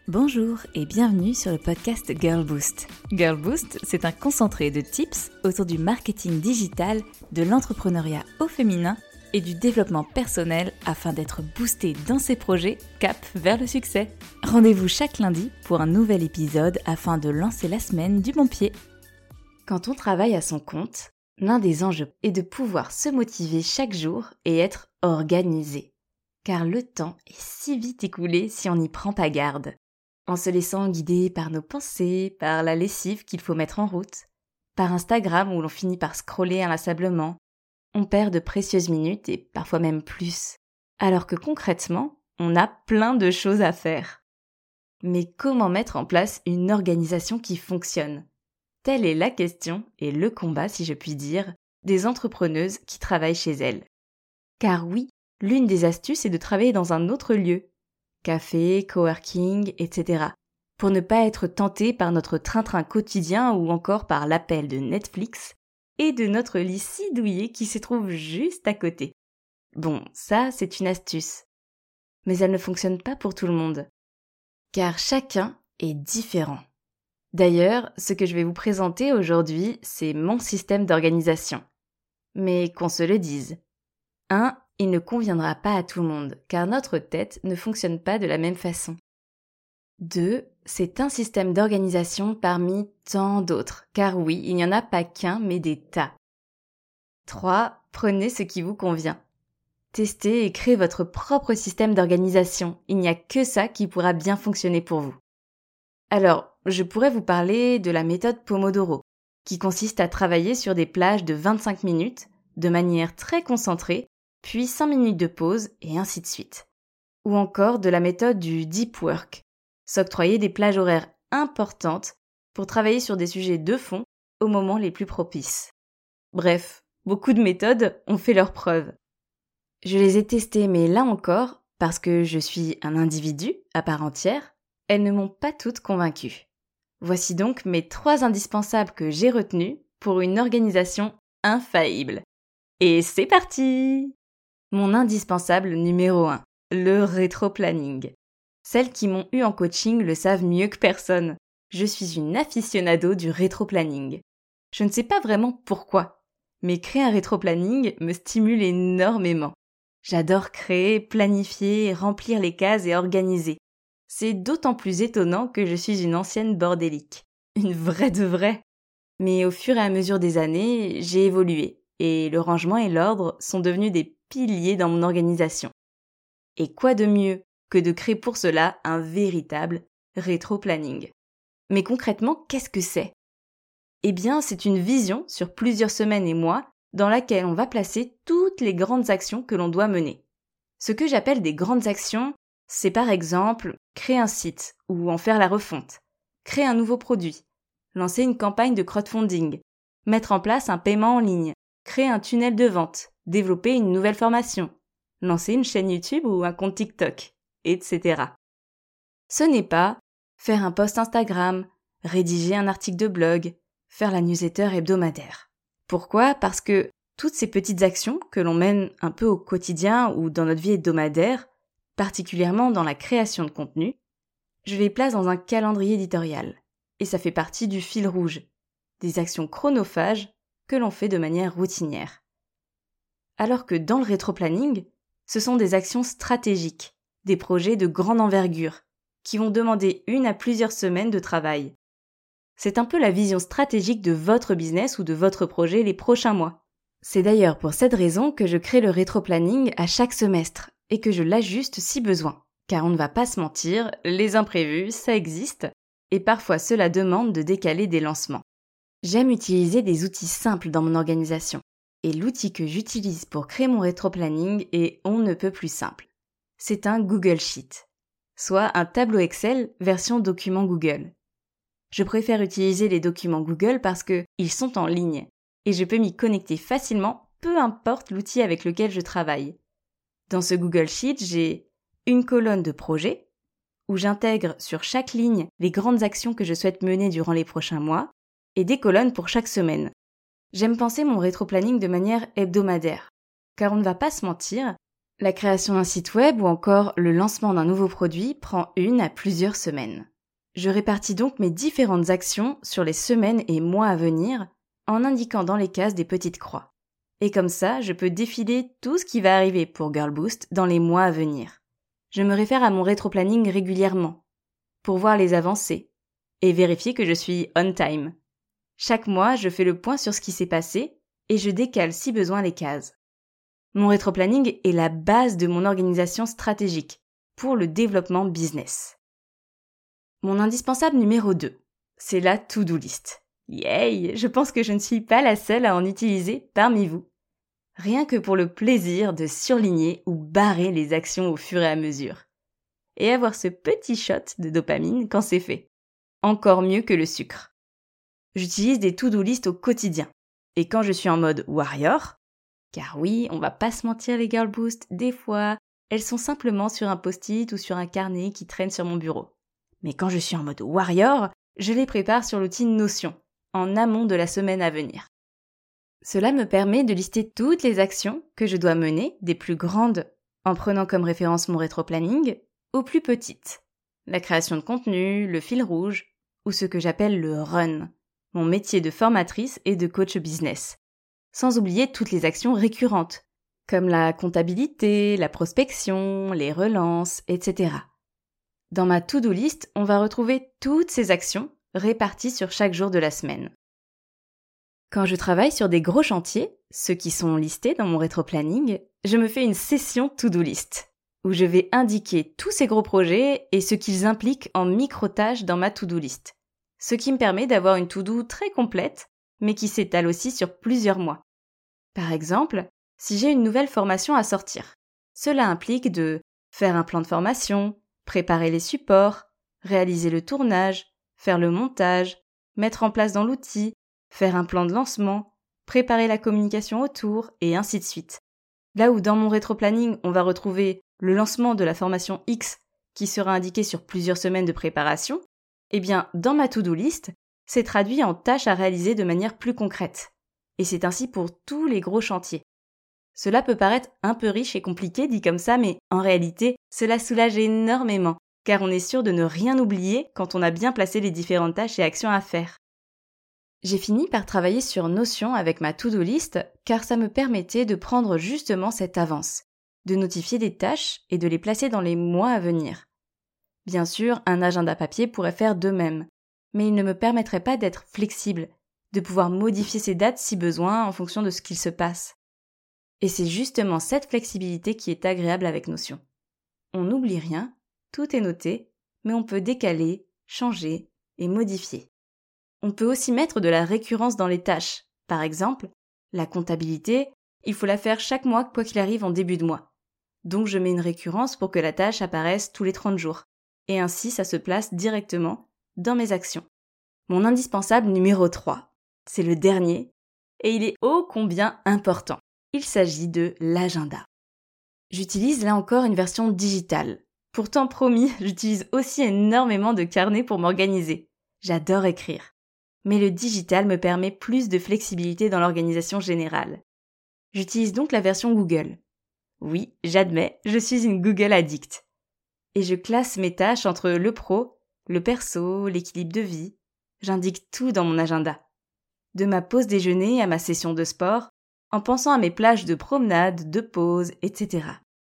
Bonjour et bienvenue sur le podcast Girl Boost. Girl Boost, c'est un concentré de tips autour du marketing digital, de l'entrepreneuriat au féminin et du développement personnel afin d'être boosté dans ses projets cap vers le succès. Rendez-vous chaque lundi pour un nouvel épisode afin de lancer la semaine du bon pied. Quand on travaille à son compte, l'un des enjeux est de pouvoir se motiver chaque jour et être organisé. Car le temps est si vite écoulé si on n'y prend pas garde. En se laissant guider par nos pensées, par la lessive qu'il faut mettre en route, par Instagram où l'on finit par scroller inlassablement, on perd de précieuses minutes et parfois même plus. Alors que concrètement, on a plein de choses à faire. Mais comment mettre en place une organisation qui fonctionne ? Telle est la question et le combat, si je puis dire, des entrepreneuses qui travaillent chez elles. Car oui, l'une des astuces est de travailler dans un autre lieu. Café, coworking, etc. pour ne pas être tenté par notre train-train quotidien ou encore par l'appel de Netflix et de notre lit si douillet qui se trouve juste à côté. Bon, ça, c'est une astuce. Mais elle ne fonctionne pas pour tout le monde. Car chacun est différent. D'ailleurs, ce que je vais vous présenter aujourd'hui, c'est mon système d'organisation. Mais qu'on se le dise. 1. Il ne conviendra pas à tout le monde, car notre tête ne fonctionne pas de la même façon. 2. C'est un système d'organisation parmi tant d'autres, car oui, il n'y en a pas qu'un, mais des tas. 3. Prenez ce qui vous convient. Testez et créez votre propre système d'organisation, il n'y a que ça qui pourra bien fonctionner pour vous. Alors, je pourrais vous parler de la méthode Pomodoro, qui consiste à travailler sur des plages de 25 minutes, de manière très concentrée, puis 5 minutes de pause, et ainsi de suite. Ou encore de la méthode du Deep Work, s'octroyer des plages horaires importantes pour travailler sur des sujets de fond aux moments les plus propices. Bref, beaucoup de méthodes ont fait leurs preuves. Je les ai testées, mais là encore, parce que je suis un individu à part entière, elles ne m'ont pas toutes convaincue. Voici donc mes 3 indispensables que j'ai retenus pour une organisation infaillible. Et c'est parti! Mon indispensable numéro 1, le rétro-planning. Celles qui m'ont eu en coaching le savent mieux que personne. Je suis une aficionado du rétro-planning. Je ne sais pas vraiment pourquoi, mais créer un rétro-planning me stimule énormément. J'adore créer, planifier, remplir les cases et organiser. C'est d'autant plus étonnant que je suis une ancienne bordélique. Une vraie de vraie. Mais au fur et à mesure des années, j'ai évolué. Et le rangement et l'ordre sont devenus des piliers dans mon organisation. Et quoi de mieux que de créer pour cela un véritable rétro-planning. Mais concrètement, qu'est-ce que c'est ? Eh bien, c'est une vision sur plusieurs semaines et mois dans laquelle on va placer toutes les grandes actions que l'on doit mener. Ce que j'appelle des grandes actions, c'est par exemple créer un site ou en faire la refonte, créer un nouveau produit, lancer une campagne de crowdfunding, mettre en place un paiement en ligne, créer un tunnel de vente, développer une nouvelle formation, lancer une chaîne YouTube ou un compte TikTok, etc. Ce n'est pas faire un post Instagram, rédiger un article de blog, faire la newsletter hebdomadaire. Pourquoi ? Parce que toutes ces petites actions que l'on mène un peu au quotidien ou dans notre vie hebdomadaire, particulièrement dans la création de contenu, je les place dans un calendrier éditorial. Et ça fait partie du fil rouge, des actions chronophages que l'on fait de manière routinière. Alors que dans le rétro-planning, ce sont des actions stratégiques, des projets de grande envergure, qui vont demander 1 à plusieurs semaines de travail. C'est un peu la vision stratégique de votre business ou de votre projet les prochains mois. C'est d'ailleurs pour cette raison que je crée le rétro-planning à chaque semestre et que je l'ajuste si besoin. Car on ne va pas se mentir, les imprévus, ça existe, et parfois cela demande de décaler des lancements. J'aime utiliser des outils simples dans mon organisation. Et l'outil que j'utilise pour créer mon rétro-planning est on ne peut plus simple. C'est un Google Sheet, soit un tableau Excel version document Google. Je préfère utiliser les documents Google parce qu'ils sont en ligne et je peux m'y connecter facilement, peu importe l'outil avec lequel je travaille. Dans ce Google Sheet, j'ai une colonne de projet où j'intègre sur chaque ligne les grandes actions que je souhaite mener durant les prochains mois et des colonnes pour chaque semaine. J'aime penser mon rétro-planning de manière hebdomadaire, car on ne va pas se mentir, La création d'un site web ou encore le lancement d'un nouveau produit prend 1 à plusieurs semaines. Je répartis donc mes différentes actions sur les semaines et mois à venir en indiquant dans les cases des petites croix. Et comme ça, je peux défiler tout ce qui va arriver pour Girl Boost dans les mois à venir. Je me réfère à mon rétroplanning régulièrement pour voir les avancées et vérifier que je suis on time. Chaque mois, je fais le point sur ce qui s'est passé et je décale si besoin les cases. Mon rétroplanning est la base de mon organisation stratégique pour le développement business. Mon indispensable numéro 2, c'est la to-do list. Yay! Je pense que je ne suis pas la seule à en utiliser parmi vous. Rien que pour le plaisir de surligner ou barrer les actions au fur et à mesure. Et avoir ce petit shot de dopamine quand c'est fait. Encore mieux que le sucre. J'utilise des to-do list au quotidien. Et quand je suis en mode warrior, car oui, on va pas se mentir les Girl Boost, des fois, elles sont simplement sur un post-it ou sur un carnet qui traîne sur mon bureau. Mais quand je suis en mode warrior, je les prépare sur l'outil Notion, en amont de la semaine à venir. Cela me permet de lister toutes les actions que je dois mener, des plus grandes, en prenant comme référence mon rétroplanning, aux plus petites. La création de contenu, le fil rouge, ou ce que j'appelle le run, mon métier de formatrice et de coach business. Sans oublier toutes les actions récurrentes, comme la comptabilité, la prospection, les relances, etc. Dans ma to-do list, on va retrouver toutes ces actions réparties sur chaque jour de la semaine. Quand je travaille sur des gros chantiers, ceux qui sont listés dans mon rétroplanning, je me fais une session to-do list, où je vais indiquer tous ces gros projets et ce qu'ils impliquent en micro-tâches dans ma to-do list. Ce qui me permet d'avoir une to-do très complète, mais qui s'étale aussi sur plusieurs mois. Par exemple, si j'ai une nouvelle formation à sortir, cela implique de faire un plan de formation, préparer les supports, réaliser le tournage, faire le montage, mettre en place dans l'outil, faire un plan de lancement, préparer la communication autour, et ainsi de suite. Là où dans mon rétroplanning, on va retrouver le lancement de la formation X qui sera indiqué sur plusieurs semaines de préparation, eh bien, dans ma to-do list, c'est traduit en tâches à réaliser de manière plus concrète. Et c'est ainsi pour tous les gros chantiers. Cela peut paraître un peu riche et compliqué dit comme ça, mais en réalité, cela soulage énormément, car on est sûr de ne rien oublier quand on a bien placé les différentes tâches et actions à faire. J'ai fini par travailler sur Notion avec ma to-do list, car ça me permettait de prendre justement cette avance, de notifier des tâches et de les placer dans les mois à venir. Bien sûr, un agenda papier pourrait faire de même, mais il ne me permettrait pas d'être flexible, de pouvoir modifier ces dates si besoin en fonction de ce qu'il se passe. Et c'est justement cette flexibilité qui est agréable avec Notion. On n'oublie rien, tout est noté, mais on peut décaler, changer et modifier. On peut aussi mettre de la récurrence dans les tâches. Par exemple, la comptabilité, il faut la faire chaque mois quoi qu'il arrive en début de mois. Donc je mets une récurrence pour que la tâche apparaisse tous les 30 jours. Et ainsi ça se place directement dans mes actions. Mon indispensable numéro 3, c'est le dernier, et il est ô combien important. Il s'agit de l'agenda. J'utilise là encore une version digitale. Pourtant promis, j'utilise aussi énormément de carnets pour m'organiser. J'adore écrire. Mais le digital me permet plus de flexibilité dans l'organisation générale. J'utilise donc la version Google. Oui, j'admets, je suis une Google addict. Et je classe mes tâches entre le pro, le perso, l'équilibre de vie. J'indique tout dans mon agenda. De ma pause déjeuner à ma session de sport, en pensant à mes plages de promenade, de pause, etc.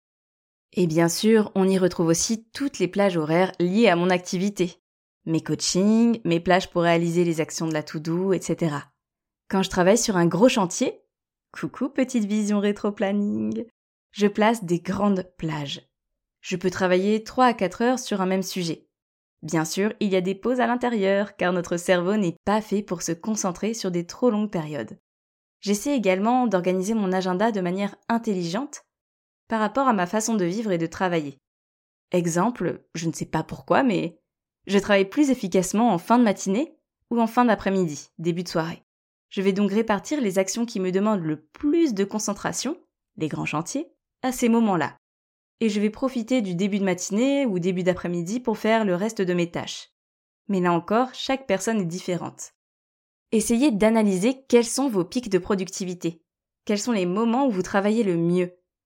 Et bien sûr, on y retrouve aussi toutes les plages horaires liées à mon activité. Mes coachings, mes plages pour réaliser les actions de la to-do, etc. Quand je travaille sur un gros chantier, coucou petite vision rétro-planning, je place des grandes plages. Je peux travailler 3 à 4 heures sur un même sujet. Bien sûr, il y a des pauses à l'intérieur, car notre cerveau n'est pas fait pour se concentrer sur des trop longues périodes. J'essaie également d'organiser mon agenda de manière intelligente par rapport à ma façon de vivre et de travailler. Exemple, je ne sais pas pourquoi, mais je travaille plus efficacement en fin de matinée ou en fin d'après-midi, début de soirée. Je vais donc répartir les actions qui me demandent le plus de concentration, les grands chantiers, à ces moments-là. Et je vais profiter du début de matinée ou début d'après-midi pour faire le reste de mes tâches. Mais là encore, chaque personne est différente. Essayez d'analyser quels sont vos pics de productivité. Quels sont les moments où vous travaillez le mieux.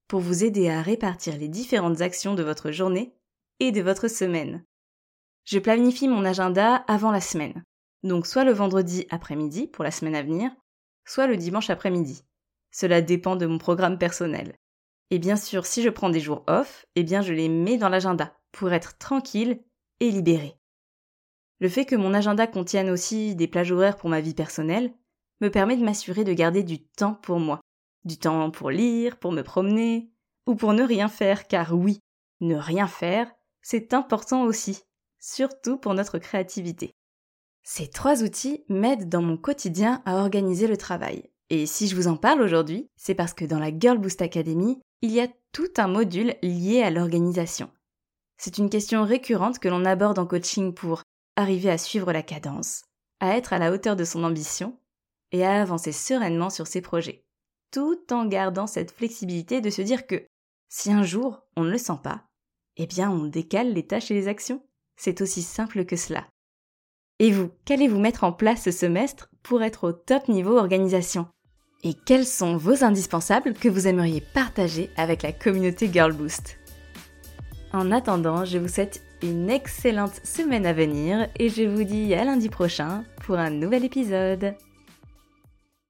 pour vous aider à répartir les différentes actions de votre journée et de votre semaine. Je planifie mon agenda avant la semaine, donc soit le vendredi après-midi pour la semaine à venir, soit le dimanche après-midi. Cela dépend de mon programme personnel. Et bien sûr, si je prends des jours off, je les mets dans l'agenda pour être tranquille et libérée. Le fait que mon agenda contienne aussi des plages horaires pour ma vie personnelle me permet de m'assurer de garder du temps pour moi. Du temps pour lire, pour me promener, ou pour ne rien faire, car oui, ne rien faire, c'est important aussi, surtout pour notre créativité. Ces 3 outils m'aident dans mon quotidien à organiser le travail. Et si je vous en parle aujourd'hui, c'est parce que dans la Girl Boost Academy, il y a tout un module lié à l'organisation. C'est une question récurrente que l'on aborde en coaching pour arriver à suivre la cadence, à être à la hauteur de son ambition et à avancer sereinement sur ses projets, tout en gardant cette flexibilité de se dire que si un jour on ne le sent pas, on décale les tâches et les actions. C'est aussi simple que cela. Et vous, qu'allez-vous mettre en place ce semestre pour être au top niveau organisation ? Et quels sont vos indispensables que vous aimeriez partager avec la communauté Girl Boost ? En attendant, je vous souhaite une excellente semaine à venir et je vous dis à lundi prochain pour un nouvel épisode.